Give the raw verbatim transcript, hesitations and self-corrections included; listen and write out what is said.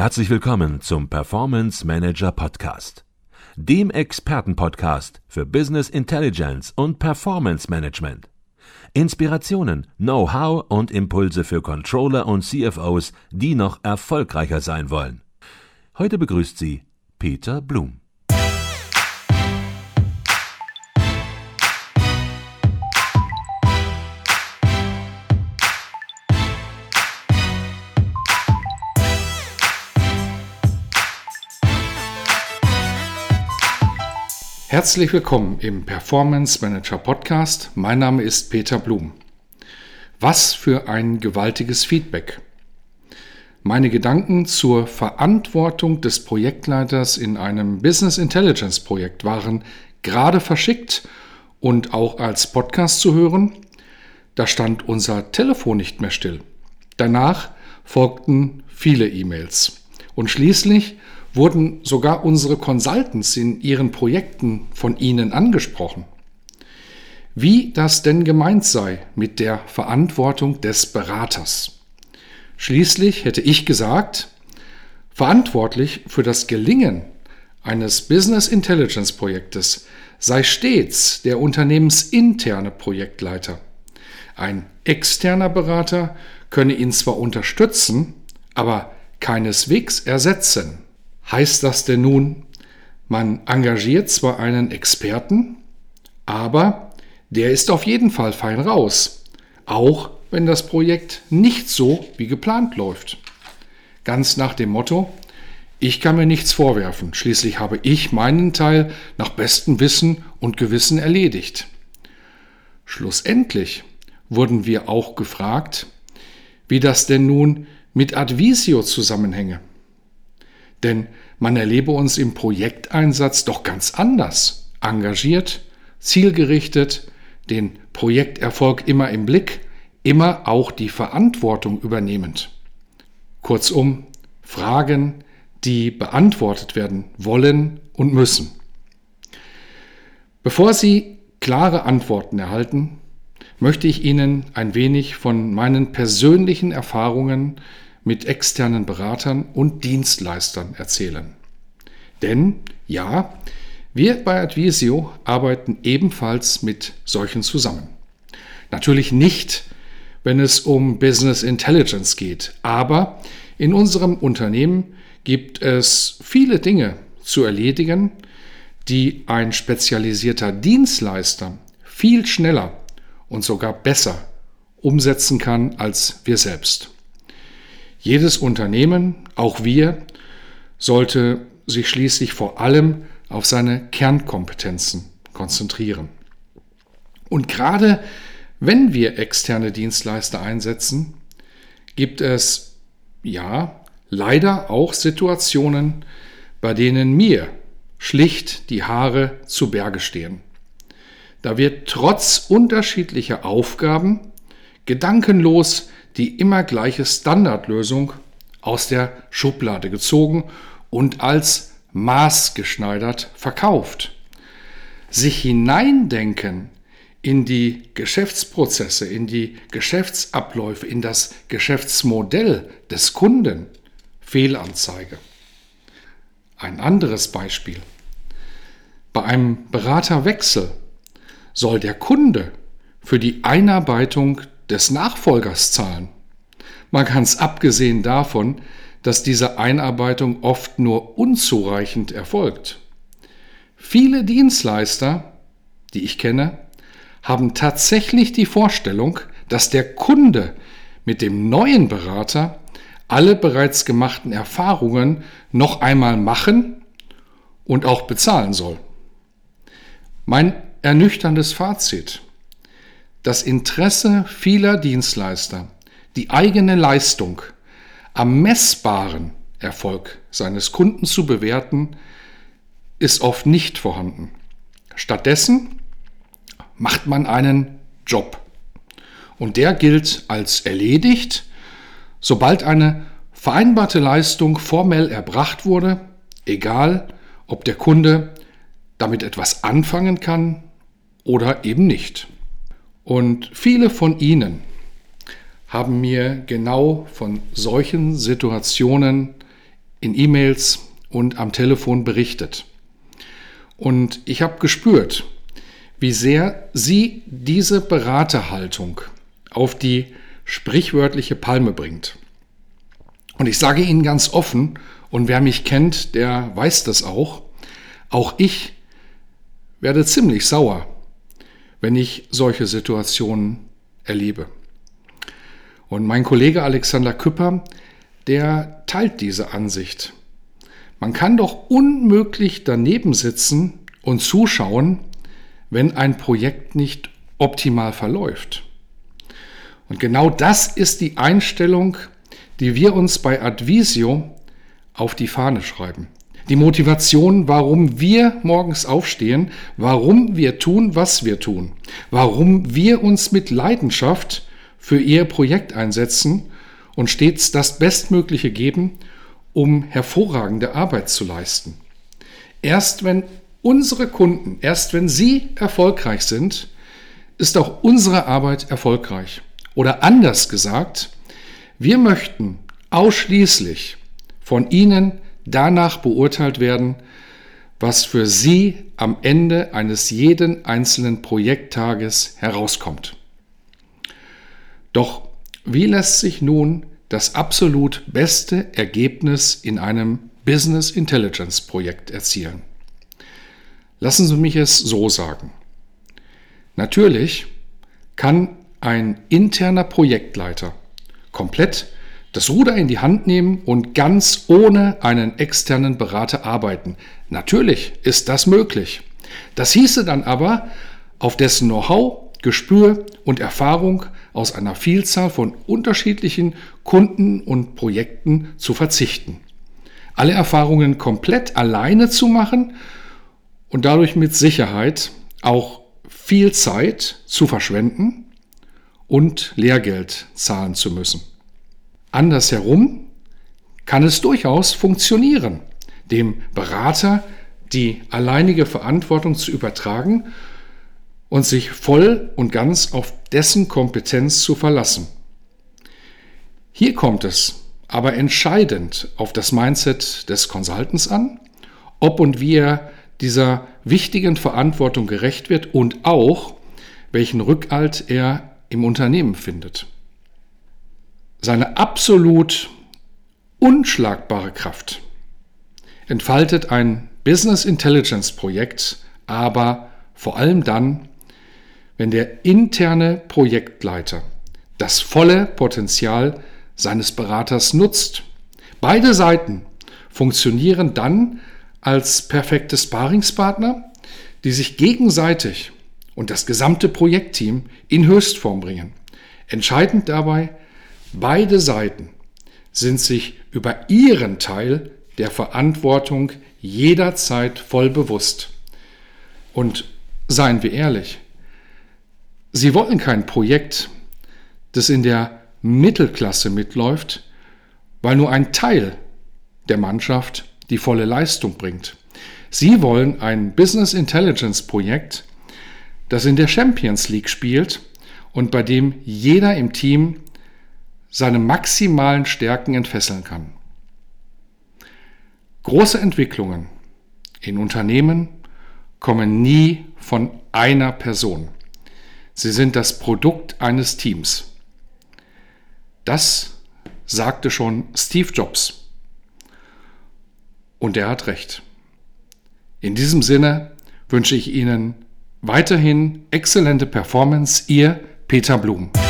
Herzlich willkommen zum Performance Manager Podcast, dem Expertenpodcast für Business Intelligence und Performance Management. Inspirationen, Know-how und Impulse für Controller und C F Os, die noch erfolgreicher sein wollen. Heute begrüßt Sie Peter Blum. Herzlich willkommen im Performance Manager Podcast. Mein Name ist Peter Blum. Was für ein gewaltiges Feedback. Meine Gedanken zur Verantwortung des Projektleiters in einem Business Intelligence Projekt waren gerade verschickt und auch als Podcast zu hören. Da stand unser Telefon nicht mehr still. Danach folgten viele E-Mails und schließlich wurden sogar unsere Consultants in ihren Projekten von Ihnen angesprochen. Wie das denn gemeint sei mit der Verantwortung des Beraters. Schließlich hätte ich gesagt, verantwortlich für das Gelingen eines Business Intelligence Projektes sei stets der unternehmensinterne Projektleiter. Ein externer Berater könne ihn zwar unterstützen, aber keineswegs ersetzen. Heißt das denn nun, man engagiert zwar einen Experten, aber der ist auf jeden Fall fein raus, auch wenn das Projekt nicht so wie geplant läuft. Ganz nach dem Motto, ich kann mir nichts vorwerfen, schließlich habe ich meinen Teil nach bestem Wissen und Gewissen erledigt. Schlussendlich wurden wir auch gefragt, wie das denn nun mit Advisio zusammenhänge. Denn man erlebe uns im Projekteinsatz doch ganz anders, engagiert, zielgerichtet, den Projekterfolg immer im Blick, immer auch die Verantwortung übernehmend. Kurzum, Fragen, die beantwortet werden wollen und müssen. Bevor Sie klare Antworten erhalten, möchte ich Ihnen ein wenig von meinen persönlichen Erfahrungen mit externen Beratern und Dienstleistern erzählen. Denn ja, wir bei Advisio arbeiten ebenfalls mit solchen zusammen. Natürlich nicht, wenn es um Business Intelligence geht, aber in unserem Unternehmen gibt es viele Dinge zu erledigen, die ein spezialisierter Dienstleister viel schneller und sogar besser umsetzen kann als wir selbst. Jedes Unternehmen, auch wir, sollte sich schließlich vor allem auf seine Kernkompetenzen konzentrieren. Und gerade wenn wir externe Dienstleister einsetzen, gibt es, ja, leider auch Situationen, bei denen mir schlicht die Haare zu Berge stehen. Da wird trotz unterschiedlicher Aufgaben gedankenlos die immer gleiche Standardlösung aus der Schublade gezogen und als maßgeschneidert verkauft. Sich hineindenken in die Geschäftsprozesse, in die Geschäftsabläufe, in das Geschäftsmodell des Kunden, Fehlanzeige. Ein anderes Beispiel. Bei einem Beraterwechsel soll der Kunde für die Einarbeitung des Nachfolgers zahlen. Man kann es abgesehen davon, dass diese Einarbeitung oft nur unzureichend erfolgt. Viele Dienstleister, die ich kenne, haben tatsächlich die Vorstellung, dass der Kunde mit dem neuen Berater alle bereits gemachten Erfahrungen noch einmal machen und auch bezahlen soll. Mein ernüchterndes Fazit: Das Interesse vieler Dienstleister, die eigene Leistung am messbaren Erfolg seines Kunden zu bewerten, ist oft nicht vorhanden. Stattdessen macht man einen Job. Und der gilt als erledigt, sobald eine vereinbarte Leistung formell erbracht wurde, egal ob der Kunde damit etwas anfangen kann oder eben nicht. Und viele von Ihnen haben mir genau von solchen Situationen in E-Mails und am Telefon berichtet. Und ich habe gespürt, wie sehr sie diese Beraterhaltung auf die sprichwörtliche Palme bringt. Und ich sage Ihnen ganz offen, und wer mich kennt, der weiß das auch, auch ich werde ziemlich sauer, wenn ich solche Situationen erlebe. Und mein Kollege Alexander Küpper, der teilt diese Ansicht. Man kann doch unmöglich daneben sitzen und zuschauen, wenn ein Projekt nicht optimal verläuft. Und genau das ist die Einstellung, die wir uns bei Advisio auf die Fahne schreiben. Die Motivation, warum wir morgens aufstehen, warum wir tun, was wir tun, warum wir uns mit Leidenschaft für Ihr Projekt einsetzen und stets das Bestmögliche geben, um hervorragende Arbeit zu leisten. Erst wenn unsere Kunden, erst wenn Sie erfolgreich sind, ist auch unsere Arbeit erfolgreich. Oder anders gesagt, wir möchten ausschließlich von Ihnen danach beurteilt werden, was für Sie am Ende eines jeden einzelnen Projekttages herauskommt. Doch wie lässt sich nun das absolut beste Ergebnis in einem Business Intelligence Projekt erzielen? Lassen Sie mich es so sagen. Natürlich kann ein interner Projektleiter komplett das Ruder in die Hand nehmen und ganz ohne einen externen Berater arbeiten. Natürlich ist das möglich. Das hieße dann aber, auf dessen Know-how, Gespür und Erfahrung aus einer Vielzahl von unterschiedlichen Kunden und Projekten zu verzichten. Alle Erfahrungen komplett alleine zu machen und dadurch mit Sicherheit auch viel Zeit zu verschwenden und Lehrgeld zahlen zu müssen. Andersherum kann es durchaus funktionieren, dem Berater die alleinige Verantwortung zu übertragen und sich voll und ganz auf dessen Kompetenz zu verlassen. Hier kommt es aber entscheidend auf das Mindset des Consultants an, ob und wie er dieser wichtigen Verantwortung gerecht wird und auch, welchen Rückhalt er im Unternehmen findet. Seine absolut unschlagbare Kraft entfaltet ein Business Intelligence Projekt aber vor allem dann, wenn der interne Projektleiter das volle Potenzial seines Beraters nutzt. Beide Seiten funktionieren dann als perfekte Sparringspartner, die sich gegenseitig und das gesamte Projektteam in Höchstform bringen. Entscheidend dabei, beide Seiten sind sich über ihren Teil der Verantwortung jederzeit voll bewusst. Und seien wir ehrlich, Sie wollen kein Projekt, das in der Mittelklasse mitläuft, weil nur ein Teil der Mannschaft die volle Leistung bringt. Sie wollen ein Business Intelligence Projekt, das in der Champions League spielt und bei dem jeder im Team seine maximalen Stärken entfesseln kann. Große Entwicklungen in Unternehmen kommen nie von einer Person. Sie sind das Produkt eines Teams. Das sagte schon Steve Jobs. Und er hat recht. In diesem Sinne wünsche ich Ihnen weiterhin exzellente Performance. Ihr Peter Blum.